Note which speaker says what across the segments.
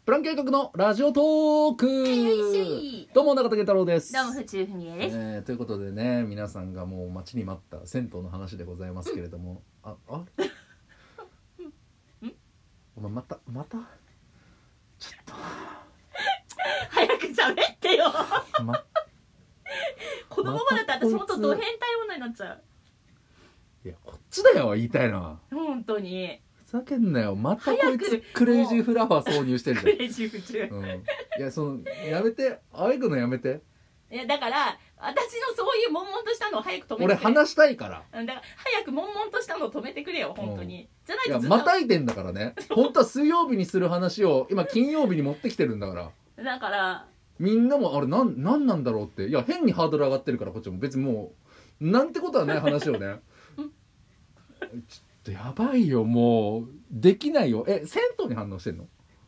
Speaker 1: プラン計画のラジオトーク。どうも中田健太郎です。
Speaker 2: どうも府中文江です、
Speaker 1: ということでね、皆さんがもう待ちに待った銭湯の話でございますけれども、お前またちょっと
Speaker 2: 早く喋ってよこのままだと私もっとド変態女になっちゃう。
Speaker 1: いやこっちだよ言いたいのは。
Speaker 2: 本当に
Speaker 1: ふざけんなよ。またこいつクレイジーフラワー挿入してるじゃん。
Speaker 2: クレイジー府中、
Speaker 1: いややめて、ああいうのやめて。
Speaker 2: いやだから私のそういう悶々としたのを早く止めてくれ。
Speaker 1: 俺話したいから。
Speaker 2: だから早く悶々としたのを止めてくれよ本当に、じゃないとずっと
Speaker 1: またいでんだからね。本当は水曜日にする話を今金曜日に持ってきてるんだから。
Speaker 2: だから
Speaker 1: みんなもあれなんなんだろうって。いや変にハードル上がってるから、こっちも別にもうなんてことはない話をねちょっとやばいよ、もうできないよ。銭湯に反応してんの？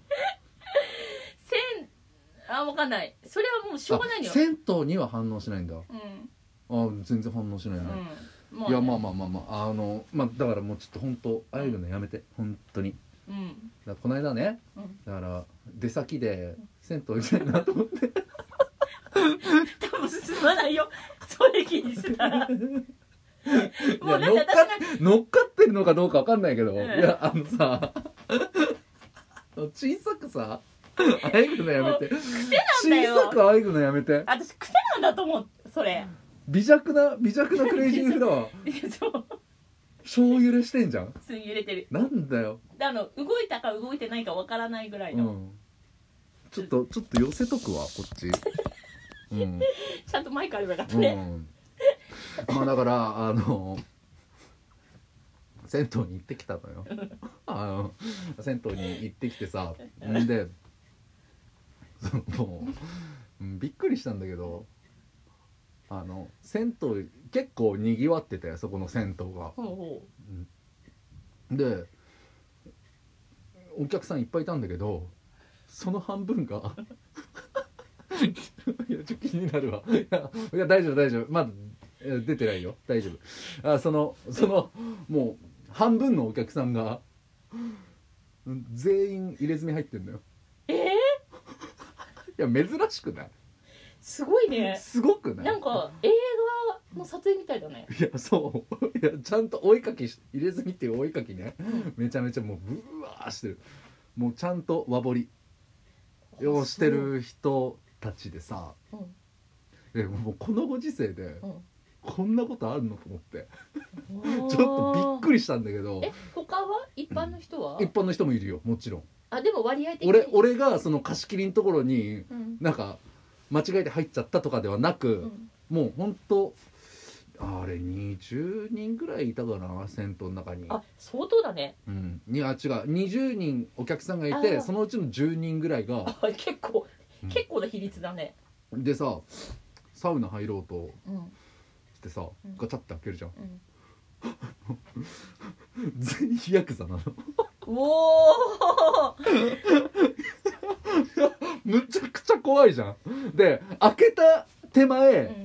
Speaker 2: 分かんない。それはもうしょうがないよ。
Speaker 1: 銭湯には反応しないんだ。全然反応しないね。いやまあだからもうちょっと本当ああいうのやめて、本当に。だからこの間ね、だから出先で銭湯行きたいなと思って
Speaker 2: 多分進まないよそれ気にしてたらもうだって私が
Speaker 1: 乗っかってるのかどうかわかんないけど、いやさ小さくさあえぐのやめて。
Speaker 2: 癖なんだよ。
Speaker 1: 小さくあえぐのやめて。
Speaker 2: 私癖なんだと思うそれ。
Speaker 1: 微弱なクレイジーフラワー
Speaker 2: そう
Speaker 1: 小揺れしてんじゃん。
Speaker 2: すぐ揺れてる。
Speaker 1: なんだよ。
Speaker 2: 動いたか動いてないかわからないぐらいの、
Speaker 1: ちょっと寄せとくわこっち
Speaker 2: ちゃんとマイクあればよかったね、
Speaker 1: まあだから銭湯に行ってきたのよ銭湯に行ってきてさ、でもうびっくりしたんだけど、銭湯結構にぎわってて、そこの銭湯が。でお客さんいっぱいいたんだけど、その半分がいやちょっと気になるわ。いや大丈夫まだ出てないよ、大丈夫。そのもう半分のお客さんが全員入れ墨入ってんだよ。
Speaker 2: い
Speaker 1: や珍しくない？
Speaker 2: すごいね。
Speaker 1: すごくない？
Speaker 2: なんか映画の撮影みたいだね。
Speaker 1: いやそういやちゃんと追いかき入れ墨っていう追いかきね、めちゃめちゃもうブワーしてる。もうちゃんと和彫りをしてる人たちでさ、もうこのご時世でこんなことあるのと思ってちょっとびっくりしたんだけど。
Speaker 2: 他は一般の人は？
Speaker 1: 一般の人もいるよ、もちろん。
Speaker 2: でも割合的に
Speaker 1: 俺がその貸し切りのところになんか間違えて入っちゃったとかではなく、もうほんとあれ20人ぐらいいたかな、銭湯の中に。
Speaker 2: 相当だね。
Speaker 1: 違う20人お客さんがいて、そのうちの10人ぐらいが
Speaker 2: 結構な比率だね。
Speaker 1: でさ、サウナ入ろうとしてさ、ガチャって開けるじゃん、全員ヤクザなの
Speaker 2: お
Speaker 1: むちゃくちゃ怖いじゃん。で開けた手前、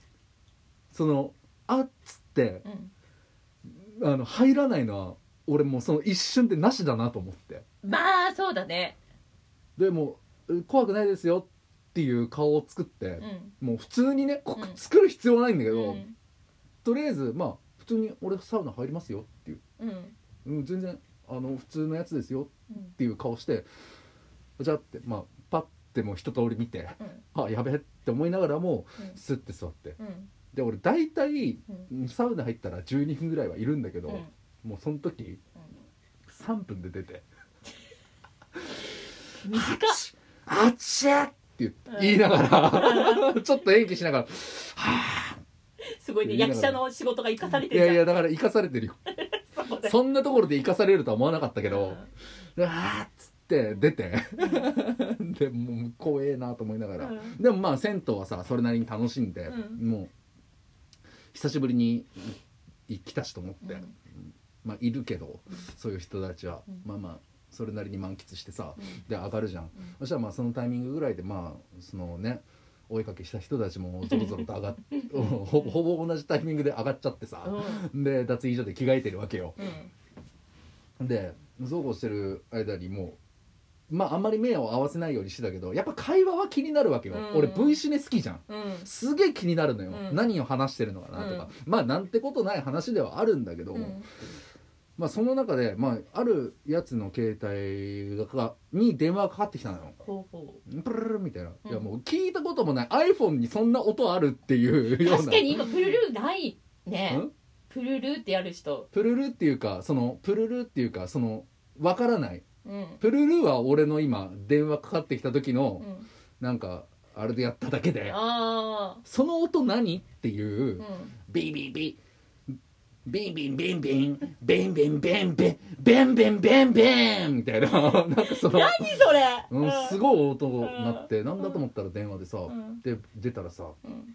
Speaker 1: っつって、入らないのは俺もうその一瞬でなしだなと思って。
Speaker 2: まあそうだね。
Speaker 1: でも怖くないですよっていう顔を作って、もう普通にね、作る必要はないんだけど、とりあえずまあ普通に俺サウナ入りますよっていう、全然普通のやつですよっていう顔して、じゃあってパッてもう一通り見て、やべえって思いながらもスッて座って、で俺大体サウナ入ったら12分ぐらいはいるんだけど、もうその時3分で出て
Speaker 2: 短っ
Speaker 1: あっちゃって言いながらちょっと演技しながらはぁ
Speaker 2: すごいね、役者の仕事が生かされてるじゃん。
Speaker 1: いやだから生かされてるよそんなところで生かされるとは思わなかったけど、っつって出てでもう怖えなと思いながら、でもまあ銭湯はさそれなりに楽しんで、もう久しぶりに来たしと思って、いるけど、そういう人たちはまあそれなりに満喫してさ、で上がるじゃん。そしたらそのタイミングぐらいでそのね追いかけした人たちもゾロゾロと上がっほぼ同じタイミングで上がっちゃってさ、で脱衣所で着替えてるわけよ、でそうこうしてる間にもまああんまり目を合わせないようにしてたけど、やっぱ会話は気になるわけよ、俺 V シネ好きじゃん、すげえ気になるのよ、何を話してるのかなとか、まあなんてことない話ではあるんだけど、まあその中で、まあ、あるやつの携帯に電話がかかってきたのよ。プルルルみたいな、いやもう聞いたこともない iPhone にそんな音あるっていうような。
Speaker 2: 確かに今プルルないね。プルルってやる人。
Speaker 1: プルルっていうかそのわからない、プルルは俺の今電話かかってきた時の、なんかあれでやっただけで、その音何っていう、ビビビビンビンビンビンビンビンビンビンビンビンビンビンみたいな、なんかその
Speaker 2: 何それ、
Speaker 1: すごい音が鳴って、なんだと思ったら電話でさ、で出たらさ、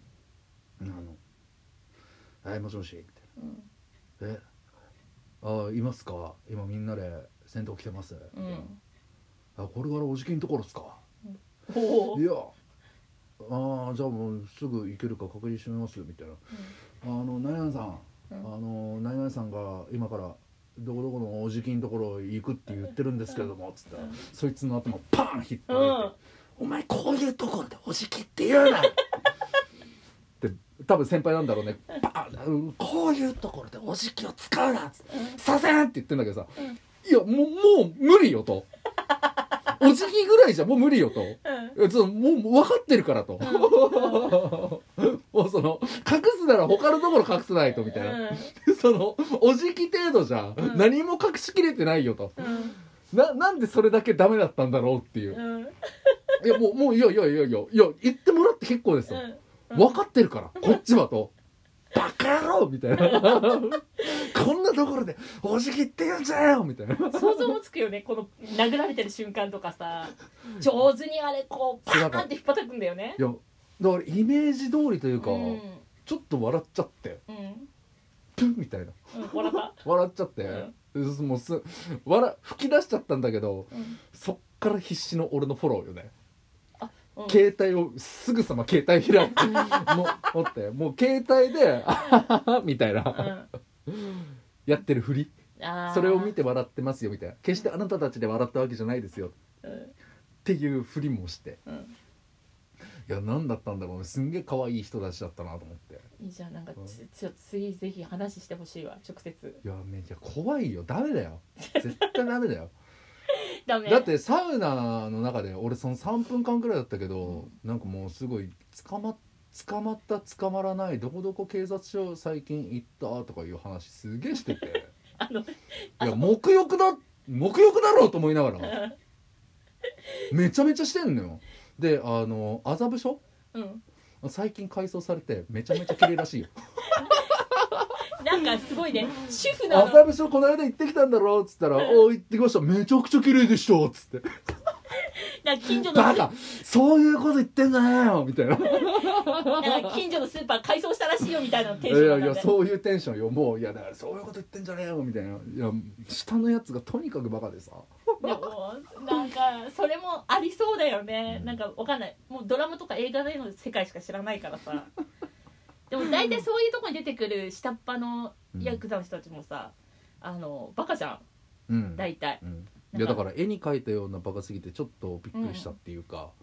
Speaker 1: はいもしもしみたいな、いますか、今みんなで戦闘来てます、これからおじきんところっすか、いやじゃあもうすぐ行けるか確認してみますみたいな、何々さん、何々さんが今からどこどこのおじきんところ行くって言ってるんですけれどもつったら、そいつの頭パーン引っ張って、お前こういうところでおじきって言うなって多分先輩なんだろうね、パーンこういうところでおじきを使うなっつってさせんって言ってんだけどさ、いやもう無理よとおじきぐらいじゃもう無理よと、もう分かってるからと、もうその隠すなら他のところ隠さないとみたいな、そのおじき程度じゃ何も隠しきれてないよと、なんでそれだけダメだったんだろうっていう、いやもういや言ってもらって結構ですよ、分かってるからこっちはと、バカ野郎みたいなこんなところでおじきって言うんじゃよみたいな
Speaker 2: 想像もつくよね、この殴られてる瞬間とかさ、上手にあれこうパーンって引っ叩くんだよね。
Speaker 1: いやだからイメージ通りというか、ちょっと笑っちゃって、プンみたいな、笑っちゃって、もう吹き出しちゃったんだけど、そっから必死の俺のフォローよね。携帯をすぐさま携帯開いて持って、もう携帯であははみたいな、やってるふり、それを見て笑ってますよみたいな、決してあなたたちで笑ったわけじゃないですよ、っていうふりもして、いや何だったんだろうね、すんげえ可愛い人たちだったなと思って。
Speaker 2: いいじゃん、なんか次ぜひ話してほしいわ直接。
Speaker 1: いやめっちゃ怖いよ、ダメだよ絶対ダメだよ
Speaker 2: ダメ
Speaker 1: だってサウナの中で俺その3分間くらいだったけど、なんかもうすごい捕まった捕まらないどこどこ警察署最近行ったとかいう話すげえしてていや沐浴だろうと思いながらめちゃめちゃしてんのよ。で麻布署、最近改装されてめちゃめちゃ綺麗らしいよ
Speaker 2: なんかすごいね、主婦なの。
Speaker 1: 麻布署この間行ってきたんだろっつったら「お行ってきました、めちゃくちゃ綺麗でした」っつって
Speaker 2: なんか近所の
Speaker 1: バカそういうこと言ってんじゃないよみたいな
Speaker 2: なんか近所のスーパー改装したらしいよみたいなテンションなんだ、ね、
Speaker 1: いやそういうテンションよ。もういやだからそういうこと言ってんじゃねえよみたいな、いや下のやつがとにかくバカでさ
Speaker 2: でもなんかそれもありそうだよね、なんかわかんない、もうドラマとか映画での世界しか知らないからさでも大体そういうとこに出てくる下っ端のヤクザの人たちもさ、バカじゃん、大体、
Speaker 1: いやだから絵に描いたようなバカすぎてちょっとびっくりしたっていうか、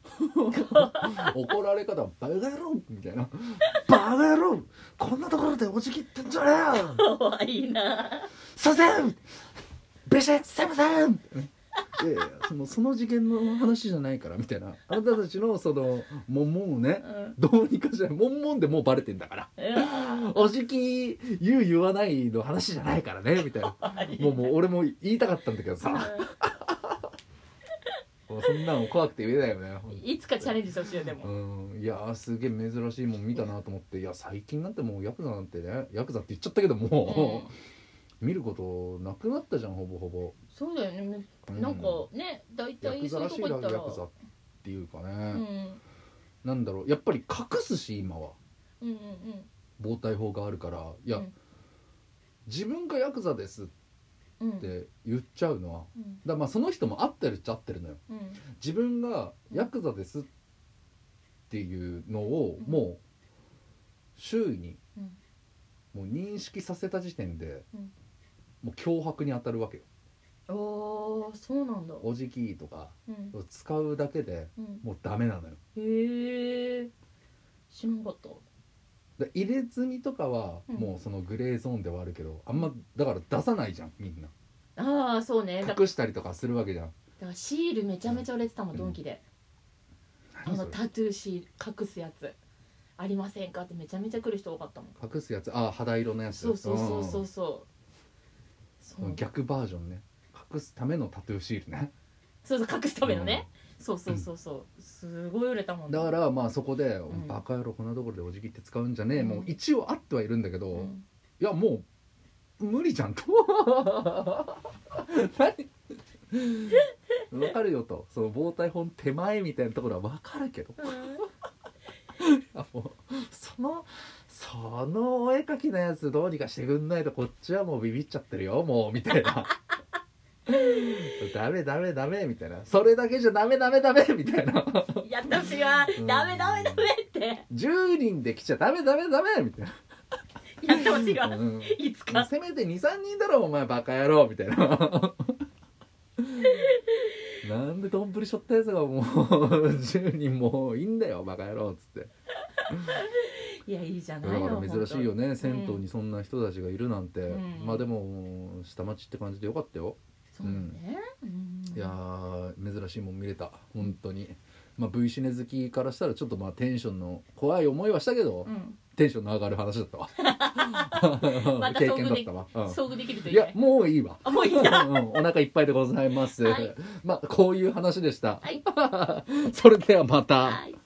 Speaker 1: 怒られ方バカ野郎みたいなバカ野郎こんなところでおじきってんじゃねえよ
Speaker 2: 怖いな
Speaker 1: させんビシッセブセンいやいやその事件の話じゃないからみたいな、あなたたちのそのモンモンをね、どうにかしない、モンモンでもうバレてんだからおじき言わないの話じゃないからねみたいなもう俺も言いたかったんだけどさそんなの怖くて言えないよね。
Speaker 2: いつかチャレンジしてほしいよでも、
Speaker 1: いやすげえ珍しいもん見たなと思って、いや最近なんてもうヤクザなんてね、ヤクザって言っちゃったけども、見ることなくなったじゃんほぼほぼ。
Speaker 2: そうだよね、なんかね大体そういうとこ行ったら
Speaker 1: ヤクザっていうかね、なんだろうやっぱり隠すし今は、暴対法があるから、いや、自分がヤクザですって言っちゃうのは、だまあその人も合ってるっちゃ合ってるのよ、自分がヤクザですっていうのをもう周囲にもう認識させた時点で、もう脅迫に当たるわけよ。
Speaker 2: おー、そうなんだ。
Speaker 1: おじきとか
Speaker 2: うん
Speaker 1: を使うだけで
Speaker 2: うん
Speaker 1: もうダメなのよ。
Speaker 2: へえ、知らなかった。
Speaker 1: で入れ墨とかはもうそのグレーゾーンではあるけど、あんまだから出さないじゃんみんな。
Speaker 2: ああそうね。
Speaker 1: 隠したりとかするわけじゃん。
Speaker 2: だからシールめちゃめちゃ売れてたもん、ドンキで。
Speaker 1: 何それ
Speaker 2: タトゥーシール隠すやつありませんかってめちゃめちゃ来る人多かったもん。
Speaker 1: 隠すやつ、肌色のやつ。
Speaker 2: そうそうそうそうそう
Speaker 1: 逆バージョンね。隠すためのタトゥーシールね。
Speaker 2: そうそう、隠すためのね、そうそうそうそう、すごい売れたもん。
Speaker 1: だからまあそこで、
Speaker 2: ん
Speaker 1: バカ野郎こんなところでおじきって使うんじゃねえ、
Speaker 2: うん
Speaker 1: もう一応あってはいるんだけど、
Speaker 2: うん
Speaker 1: いやもう無理じゃんと何分かるよと、その防体本手前みたいなところは分かるけど、もうそのお絵描きのやつどうにかしてくんないとこっちはもうビビっちゃってるよもうみたいなダメダメダメみたいな、それだけじゃダメダメダメみたいな
Speaker 2: やってほしいわ、ダメダメダメって
Speaker 1: 10人で来ちゃダメダメダメみたいな
Speaker 2: やってほしいわ、いつか
Speaker 1: せめて 2,3 人だろお前バカ野郎みたいななんでどんぶりしょったやつがもう10人もいいんだよバカ野郎っつって。
Speaker 2: いやいいじゃない
Speaker 1: だ
Speaker 2: よ。
Speaker 1: から珍しいよね、銭湯
Speaker 2: うん
Speaker 1: にそんな人たちがいるなんて、
Speaker 2: うん
Speaker 1: まあでも下町って感じでよかったよ。
Speaker 2: そうね、
Speaker 1: いやー珍しいもん見れた本当に。まあ V シネ好きからしたらちょっとまあテンションの怖い思いはしたけど、テンションの上がる話だったわ
Speaker 2: また
Speaker 1: 経験だったわ、
Speaker 2: 遭遇できるとい
Speaker 1: い
Speaker 2: いね。
Speaker 1: やもういいわ、
Speaker 2: もういいんだ
Speaker 1: お腹いっぱいでございます、
Speaker 2: はい
Speaker 1: まあこういう話でした、
Speaker 2: はい
Speaker 1: それではまた、
Speaker 2: はい